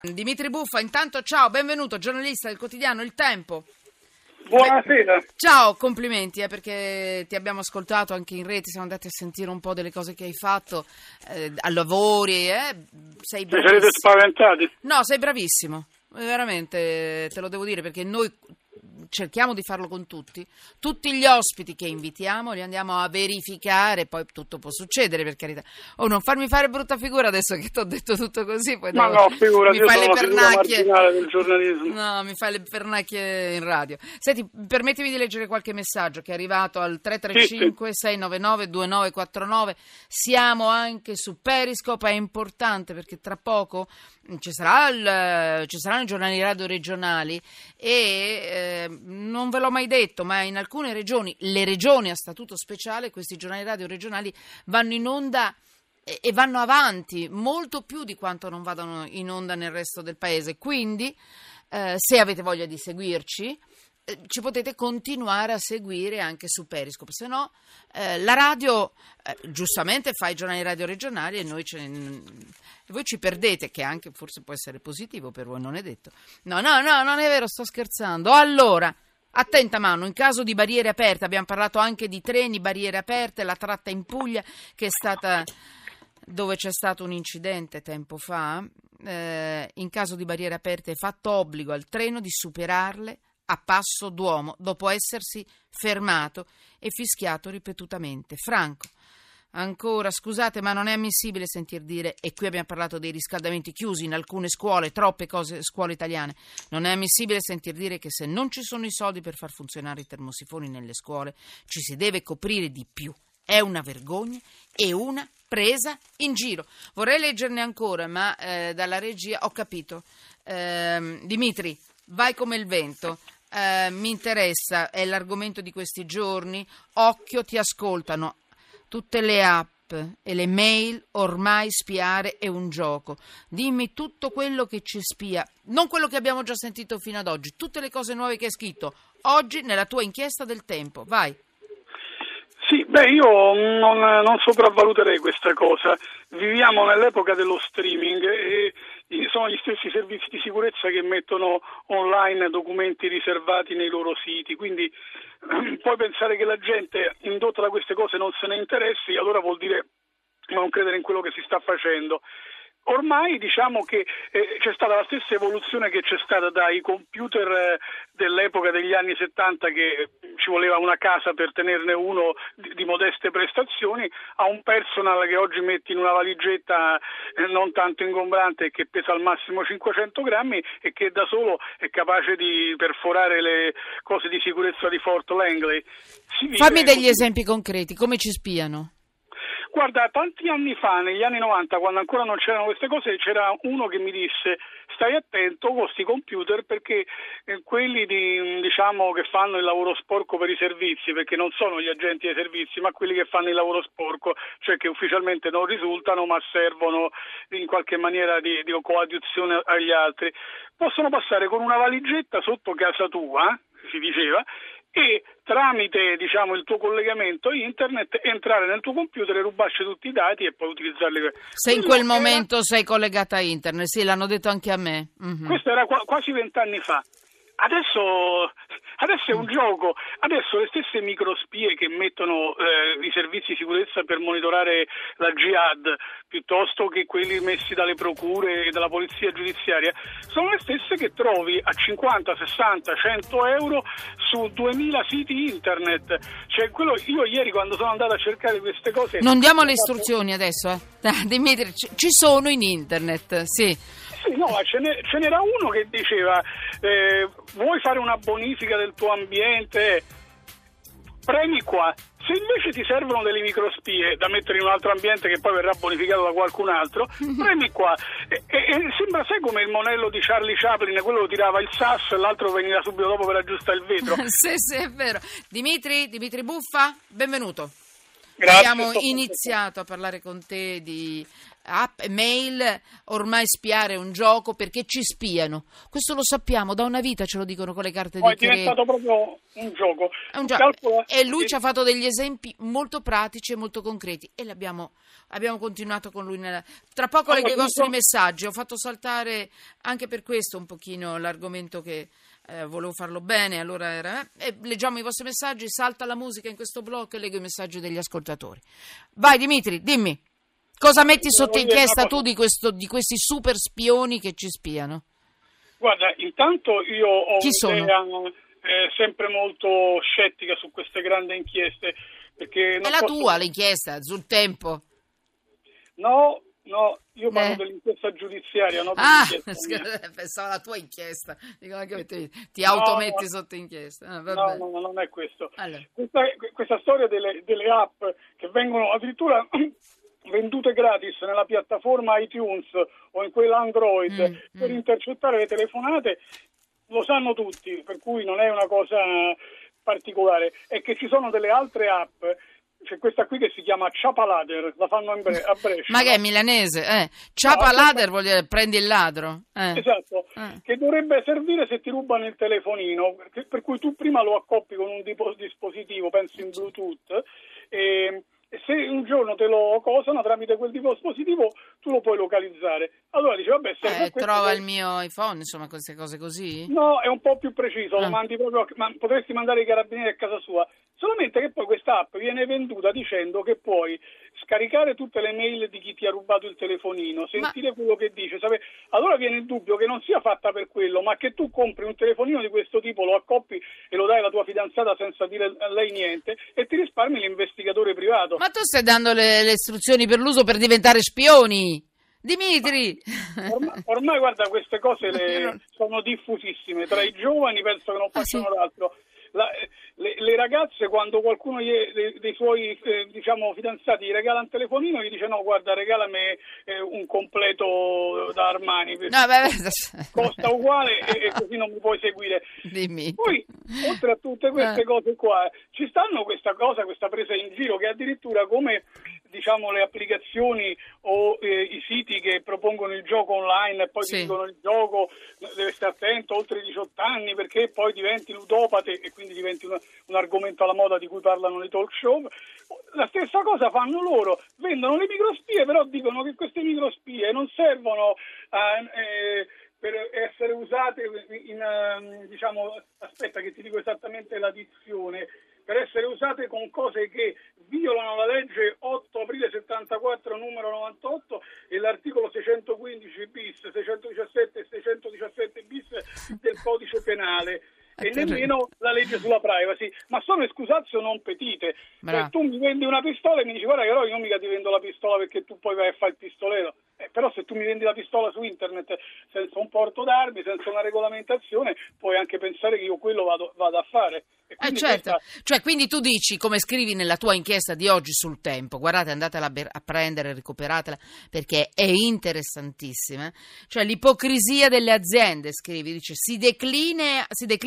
Dimitri Buffa, intanto ciao, benvenuto, giornalista del quotidiano Il Tempo. Buonasera. Ciao, complimenti perché ti abbiamo ascoltato anche in rete, siamo andati a sentire un po' delle cose che hai fatto a lavori, sei bravissimo. Mi sarete spaventati? No, sei bravissimo, veramente te lo devo dire, perché noi cerchiamo di farlo con tutti gli ospiti che invitiamo li andiamo a verificare, poi tutto può succedere, per carità. Non farmi fare brutta figura adesso che ti ho detto tutto così, poi ma no, figurati, mi fai io le sono una pernacchie marginale del giornalismo. No, mi fai le pernacchie in radio. Senti, permettimi di leggere qualche messaggio che è arrivato al 335-699-2949. Siamo anche su Periscope, è importante perché tra poco ci saranno i giornali radio regionali e non ve l'ho mai detto, ma in alcune regioni, le regioni a statuto speciale, questi giornali radio regionali vanno in onda e vanno avanti molto più di quanto non vadano in onda nel resto del paese. Quindi se avete voglia di seguirci ci potete continuare a seguire anche su Periscope, se no la radio giustamente fa i giornali radio regionali e voi ci perdete, che anche forse può essere positivo per voi, non è detto. No, non è vero, sto scherzando. Allora, attenta Manu, in caso di barriere aperte, abbiamo parlato anche di treni, barriere aperte, la tratta in Puglia che è stata, dove c'è stato un incidente tempo fa, in caso di barriere aperte è fatto obbligo al treno di superarle a passo d'uomo dopo essersi fermato e fischiato ripetutamente. Franco, ancora, scusate, ma non è ammissibile sentir dire, e qui abbiamo parlato dei riscaldamenti chiusi in alcune scuole, troppe scuole italiane, non è ammissibile sentir dire che se non ci sono i soldi per far funzionare i termosifoni nelle scuole ci si deve coprire di più. È una vergogna e una presa in giro. Vorrei leggerne ancora, ma dalla regia ho capito. Dimitri, vai come il vento. Mi interessa, è l'argomento di questi giorni. Occhio, ti ascoltano. Tutte le app e le mail, ormai spiare è un gioco. Dimmi tutto quello che ci spia, non quello che abbiamo già sentito fino ad oggi, tutte le cose nuove che hai scritto oggi nella tua inchiesta del Tempo. Vai. Sì, io non sopravvaluterei questa cosa. Viviamo nell'epoca dello streaming e sono gli stessi servizi di sicurezza che mettono online documenti riservati nei loro siti, quindi puoi pensare che la gente indotta da queste cose non se ne interessi, allora vuol dire non credere in quello che si sta facendo. Ormai diciamo che c'è stata la stessa evoluzione che c'è stata dai computer dell'epoca degli anni 70, che ci voleva una casa per tenerne uno di modeste prestazioni, a un personal che oggi metti in una valigetta non tanto ingombrante e che pesa al massimo 500 grammi e che da solo è capace di perforare le cose di sicurezza di Fort Langley. Fammi degli esempi concreti, come ci spiano? Guarda, tanti anni fa, negli anni 90, quando ancora non c'erano queste cose, c'era uno che mi disse: stai attento con questi computer perché quelli che fanno il lavoro sporco per i servizi, perché non sono gli agenti dei servizi, ma quelli che fanno il lavoro sporco, cioè che ufficialmente non risultano ma servono in qualche maniera di coadiuzione agli altri, possono passare con una valigetta sotto casa tua, si diceva, e tramite il tuo collegamento internet entrare nel tuo computer e rubarci tutti i dati e poi utilizzarli. Se in quel momento sei collegata a internet, sì, l'hanno detto anche a me. Mm-hmm. Questo era quasi 20 anni fa. Adesso è un gioco. Adesso le stesse microspie che mettono i servizi di sicurezza per monitorare la jihad, piuttosto che quelli messi dalle procure e dalla polizia giudiziaria, sono le stesse che trovi a 50, 60, 100 euro su 2000 siti internet. Cioè, io ieri, quando sono andato a cercare queste cose... Non diamo le istruzioni adesso, Dimitri, ci sono in internet, sì. Sì, no, ce n'era uno che diceva: vuoi fare una bonifica del tuo ambiente? Premi qua. Se invece ti servono delle microspie da mettere in un altro ambiente che poi verrà bonificato da qualcun altro, premi qua. E sembra, sai, come il monello di Charlie Chaplin, quello tirava il sasso e l'altro veniva subito dopo per aggiustare il vetro. Sì, è vero. Dimitri Buffa, benvenuto. Grazie. Abbiamo iniziato a parlare con te di app, mail, ormai spiare è un gioco perché ci spiano. Questo lo sappiamo, da una vita ce lo dicono con le carte di credito. È diventato proprio un gioco. È un gioco. E lui ci ha fatto degli esempi molto pratici e molto concreti e abbiamo continuato con lui. Tra poco leggo i vostri messaggi. Ho fatto saltare anche per questo un pochino l'argomento che volevo farlo bene, allora leggiamo i vostri messaggi, salta la musica in questo blocco e leggo i messaggi degli ascoltatori. Vai Dimitri, dimmi, cosa metti sotto inchiesta tu di questi super spioni che ci spiano? Guarda, intanto io ho un'idea sempre molto scettica su queste grandi inchieste, perché è la tua l'inchiesta sul Tempo? No, io parlo dell'inchiesta giudiziaria, no? Pensavo alla tua inchiesta. Dico anche ti autometti sotto inchiesta. No, non è questo. Allora. Questa storia delle app che vengono addirittura vendute gratis nella piattaforma iTunes o in quella Android per intercettare le telefonate, lo sanno tutti, per cui non è una cosa particolare. È che ci sono delle altre app. C'è questa qui che si chiama Chapalader, la fanno a Brescia. Ma che è milanese? Chapalader vuol dire prendi il ladro. Esatto, che dovrebbe servire se ti rubano il telefonino, per cui tu prima lo accoppi con un dispositivo, penso in Bluetooth, e se un giorno te lo cosano tramite quel dispositivo tu lo puoi localizzare. Allora dice vabbè, trova il mio iPhone, insomma, queste cose così? No, è un po' più preciso, lo mandi proprio potresti mandare i carabinieri a casa sua. Solamente che poi questa app viene venduta dicendo che puoi scaricare tutte le mail di chi ti ha rubato il telefonino, sentire quello che dice, allora viene il dubbio che non sia fatta per quello, ma che tu compri un telefonino di questo tipo, lo accoppi e lo dai alla tua fidanzata senza dire a lei niente e ti risparmi l'investigatore privato. Ma tu stai dando le istruzioni per l'uso per diventare spioni? Dimitri! Ormai guarda, queste cose sono diffusissime, tra i giovani penso che non facciano altro. Le ragazze, quando qualcuno dei suoi fidanzati gli regala un telefonino, gli dice no, guarda, regalami un completo da Armani, costa uguale e così non mi puoi seguire. Dimmi. Poi oltre a tutte queste cose qua ci stanno questa presa in giro che addirittura come le applicazioni o i siti che propongono il gioco online e poi ti dicono il gioco deve stare attento oltre 18 anni perché poi diventi ludopate e quindi diventi un argomento alla moda di cui parlano nei talk show. La stessa cosa fanno loro, vendono le microspie, però dicono che queste microspie non servono per essere usate aspetta che ti dico esattamente la dizione, per essere usate con cose che violano la legge 8 aprile 74 numero 98 e l'articolo 615 bis, 617 e 617 bis del codice penale. E nemmeno la legge sulla privacy, ma sono excusatio non petite. Cioè, tu mi vendi una pistola e mi dici guarda che io non mica ti vendo la pistola perché tu poi vai a fare il pistolero, però se tu mi vendi la pistola su internet senza un porto d'armi, senza una regolamentazione, puoi anche pensare che io quello vado a fare. Certo, cioè quindi tu dici, come scrivi nella tua inchiesta di oggi sul Tempo, guardate, andatela a prendere, recuperatela perché è interessantissima, cioè l'ipocrisia delle aziende, scrivi, dice si declina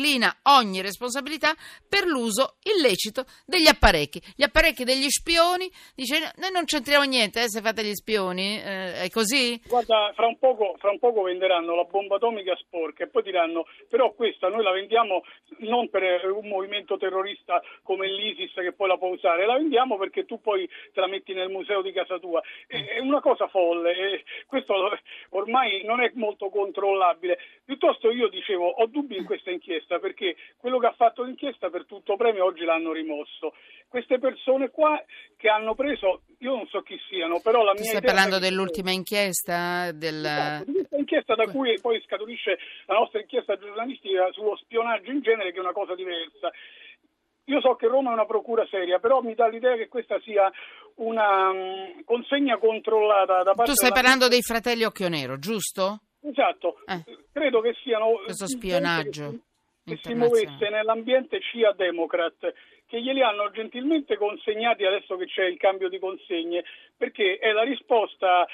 ogni responsabilità per l'uso illecito degli apparecchi, gli apparecchi degli spioni, dice noi non c'entriamo niente se fate gli spioni, è così? Guarda, fra un poco venderanno la bomba atomica sporca e poi diranno però questa noi la vendiamo non per un movimento terrorista come l'ISIS che poi la può usare, la vendiamo perché tu poi te la metti nel museo di casa tua. È una cosa folle, questo ormai non è molto controllabile. Piuttosto io dicevo, ho dubbi in questa inchiesta perché quello che ha fatto l'inchiesta per tutto premio oggi l'hanno rimosso. Queste persone qua che hanno preso, io non so chi siano, però la mia idea... Stai parlando dell'ultima inchiesta? Esatto, di questa inchiesta da cui poi scaturisce la nostra inchiesta giornalistica sullo spionaggio in genere, che è una cosa diversa. Io so che Roma è una procura seria, però mi dà l'idea che questa sia una consegna controllata da parte... Tu stai parlando dei fratelli Occhio Nero, giusto? Esatto, credo che siano... Questo spionaggio che si muovesse nell'ambiente CIA Democrat, che glieli hanno gentilmente consegnati adesso che c'è il cambio di consegne, perché è la risposta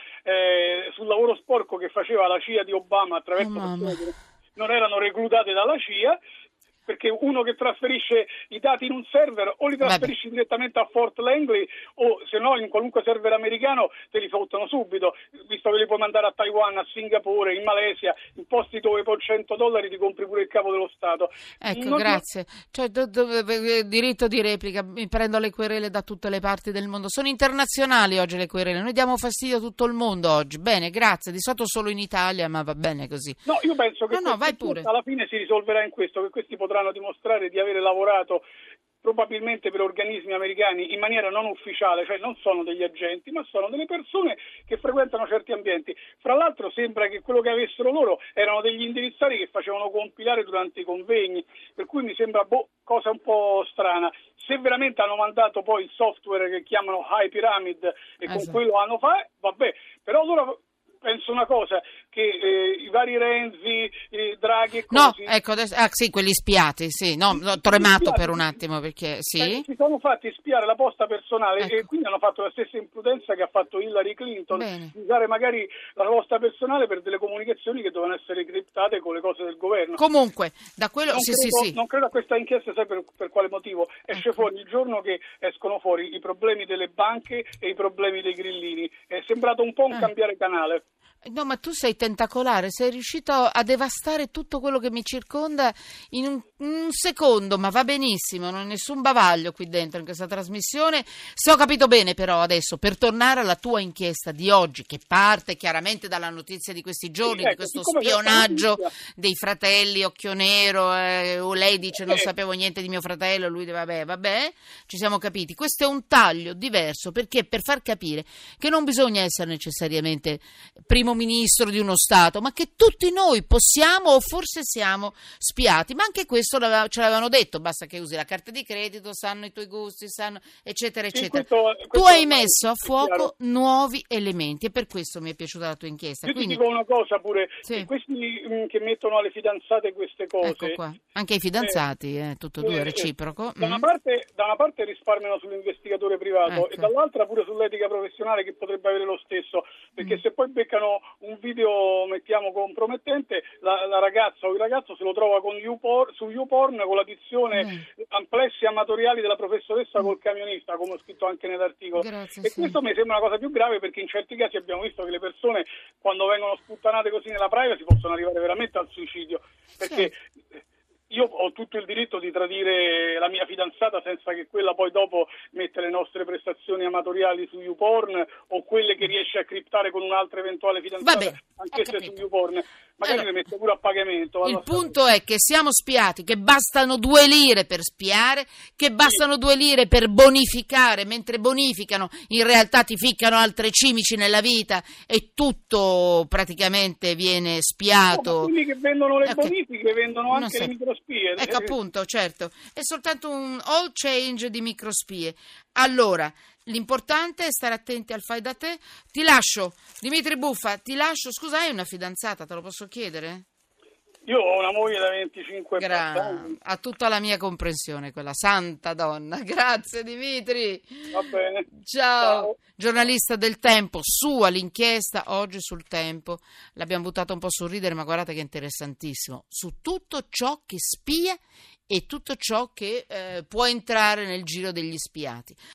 sul lavoro sporco che faceva la CIA di Obama attraverso persone che non erano reclutate dalla CIA, perché uno che trasferisce i dati in un server o li trasferisci direttamente a Fort Langley o se no in qualunque server americano te li fottano subito, visto che li puoi mandare a Taiwan, a Singapore, in Malesia, in posti dove per $100 ti compri pure il capo dello Stato. Ecco, grazie. Cioè, diritto di replica, mi prendo le querele da tutte le parti del mondo. Sono internazionali oggi le querele, noi diamo fastidio a tutto il mondo oggi. Bene, grazie, di solito solo in Italia, ma va bene così. No, io penso che vai pure. Alla fine si risolverà in questo, che questi potranno dimostrare di avere lavorato probabilmente per organismi americani in maniera non ufficiale, cioè non sono degli agenti, ma sono delle persone che frequentano certi ambienti. Fra l'altro sembra che quello che avessero loro erano degli indirizzari che facevano compilare durante i convegni, per cui mi sembra cosa un po' strana. Se veramente hanno mandato poi il software che chiamano High Pyramid e con quello hanno fatto, vabbè, però loro penso una cosa, che i vari Renzi, Draghi e così... No, ecco, adesso, sì, quelli spiati, sì, no, ho tremato per un attimo perché, sì. Si sono fatti spiare la posta personale e quindi hanno fatto la stessa imprudenza che ha fatto Hillary Clinton, di usare magari la posta personale per delle comunicazioni che dovevano essere criptate con le cose del governo. Comunque, da quello... Non credo a questa inchiesta, sai per quale motivo? Esce fuori il giorno che escono fuori i problemi delle banche e i problemi dei grillini. È sembrato un po' un cambiare canale. No, ma tu sei tentacolare, sei riuscito a devastare tutto quello che mi circonda in un secondo, ma va benissimo, non ho nessun bavaglio qui dentro in questa trasmissione. Se ho capito bene però adesso, per tornare alla tua inchiesta di oggi, che parte chiaramente dalla notizia di questi giorni, di questo spionaggio dei fratelli Occhio Nero, lei dice non sapevo niente di mio fratello, lui vabbè, ci siamo capiti. Questo è un taglio diverso, perché per far capire che non bisogna essere necessariamente primo ministro di uno Stato, ma che tutti noi possiamo o forse siamo spiati, ma anche questo ce l'avevano detto, basta che usi la carta di credito, sanno i tuoi gusti, sanno eccetera eccetera. Tu hai messo a fuoco nuovi elementi e per questo mi è piaciuta la tua inchiesta. Io ti dico una cosa pure, questi che mettono alle fidanzate queste cose, ecco qua. Anche ai fidanzati, tutto due, reciproco. Da una parte risparmiano sull'investigatore privato e dall'altra pure sull'etica professionale che potrebbe avere lo stesso, perché se poi beccano un video, mettiamo, compromettente, la ragazza o il ragazzo se lo trova su YouPorn con la dizione amplessi amatoriali della professoressa col camionista, come ho scritto anche nell'articolo. Questo mi sembra una cosa più grave, perché in certi casi abbiamo visto che le persone, quando vengono sputtanate così nella privacy, possono arrivare veramente al suicidio, perché io ho tutto il diritto di tradire la mia fidanzata senza che quella poi dopo mette le nostre prestazioni amatoriali su YouPorn o quelle che riesce a criptare con un'altra eventuale fidanzata, anch'esse su YouPorn. Magari le mette pure a pagamento. Il punto è che siamo spiati, che bastano 2 lire per spiare, che bastano 2 lire per bonificare, mentre bonificano in realtà ti ficcano altre cimici nella vita e tutto praticamente viene spiato. Ma quelli che vendono le bonifiche vendono anche le microspie. Ecco, appunto, certo, è soltanto un all change di microspie. Allora, l'importante è stare attenti al fai da te. Ti lascio, Dimitri Buffa, scusa, hai una fidanzata, te lo posso chiedere? Io ho una moglie da 25 anni. Ha tutta la mia comprensione, quella santa donna. Grazie Dimitri. Va bene. Ciao. Giornalista del Tempo, sua l'inchiesta oggi sul Tempo. L'abbiamo buttata un po' sul ridere, ma guardate che è interessantissimo. Su tutto ciò che spia e tutto ciò che può entrare nel giro degli spiati.